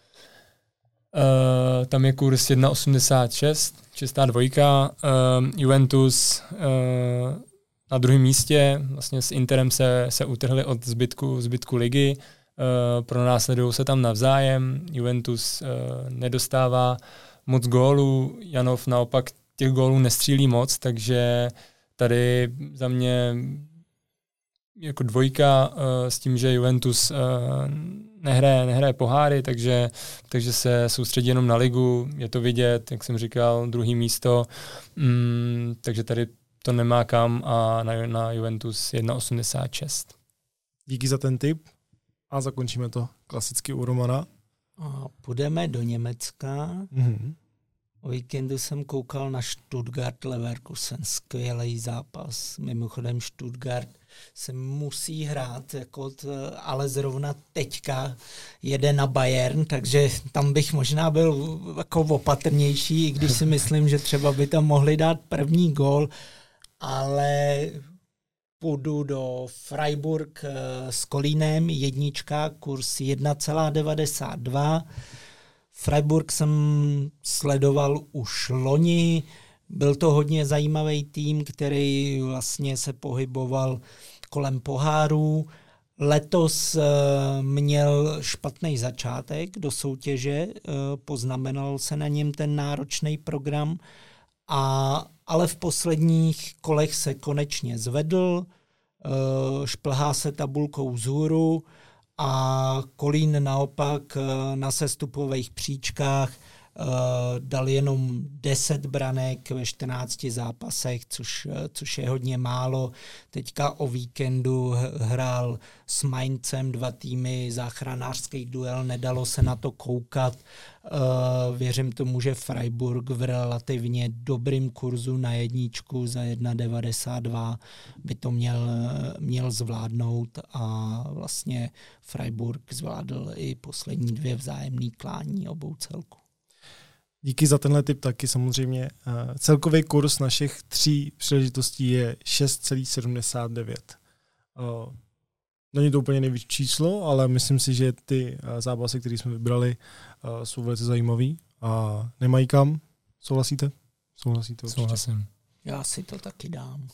Tam je kurz 1,86, čistá dvojka. Juventus na druhém místě, vlastně s Interem se utrhli od zbytku ligy. Pronásledují se tam navzájem. Juventus nedostává moc gólů, Janov naopak těch gólů nestřílí moc, takže tady za mě jako dvojka s tím, že Juventus nehraje poháry, takže se soustředí jenom na ligu, je to vidět, jak jsem říkal, druhý místo, takže tady to nemá kam a na Juventus 1,86. Díky za ten tip a zakončíme to klasicky u Romana. A půjdeme do Německa. Mm-hmm. O víkendu jsem koukal na Stuttgart Leverkusen, skvělý zápas. Mimochodem Stuttgart se musí hrát, ale zrovna teďka jede na Bayern, takže tam bych možná byl jako opatrnější, i když si myslím, že třeba by tam mohli dát první gól, ale půjdu do Freiburg s Kolínem, jednička, kurz 1,92. Freiburg jsem sledoval už loni, byl to hodně zajímavý tým, který vlastně se pohyboval kolem pohárů. Letos měl špatný začátek do soutěže, poznamenal se na něm ten náročný program, ale v posledních kolech se konečně zvedl, šplhá se tabulkou vzhůru a Kolín naopak na sestupových příčkách dal jenom 10 branek ve 14 zápasech, což je hodně málo. Teďka o víkendu hrál s Mainzem 2 týmy, záchranářský duel, nedalo se na to koukat. Věřím tomu, že Freiburg v relativně dobrým kurzu na jedničku za 1,92 by to měl zvládnout a vlastně Freiburg zvládl i poslední 2 vzájemný klání obou celků. Díky za tenhle tip taky samozřejmě. Celkový kurz našich 3 příležitostí je 6,79. Není to úplně největší číslo, ale myslím si, že ty zápasy, které jsme vybrali, jsou velice zajímavý a nemají kam. Souhlasíte? Souhlasíte určitě? Souhlasím. Já si to taky dám.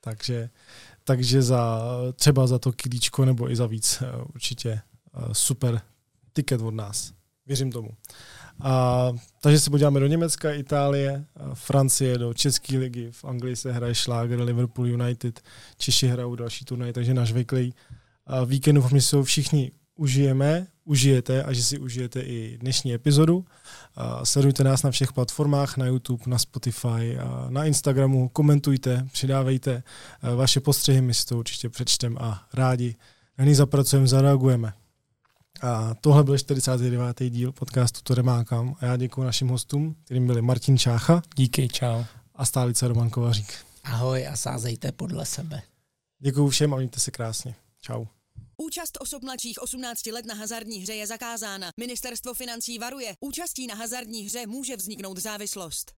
Takže třeba za to kilíčko nebo i za víc určitě super tiket od nás. Věřím tomu. Takže se podíváme do Německa, Itálie, Francie, do České ligy, v Anglii se hraje šláger Liverpool United, Češi hrajou další turnaj, takže náš vyklej víkendu v se všichni užijete a že si užijete i dnešní epizodu. Sledujte nás na všech platformách, na YouTube, na Spotify, na Instagramu, komentujte, přidávejte vaše postřehy, my si to určitě přečtem a rádi na ní zapracujeme, zareagujeme. A tohle byl 49. díl podcastu To nemákám a já děkuji našim hostům, kterým byli Martin Čácha. Díky, čau. A stálice Roman Kovařík. Ahoj a sázejte podle sebe. Děkuji všem a mějte se krásně. Čau. Účast osob mladších 18 let na hazardní hře je zakázána. Ministerstvo financí varuje. Účastí na hazardní hře může vzniknout závislost.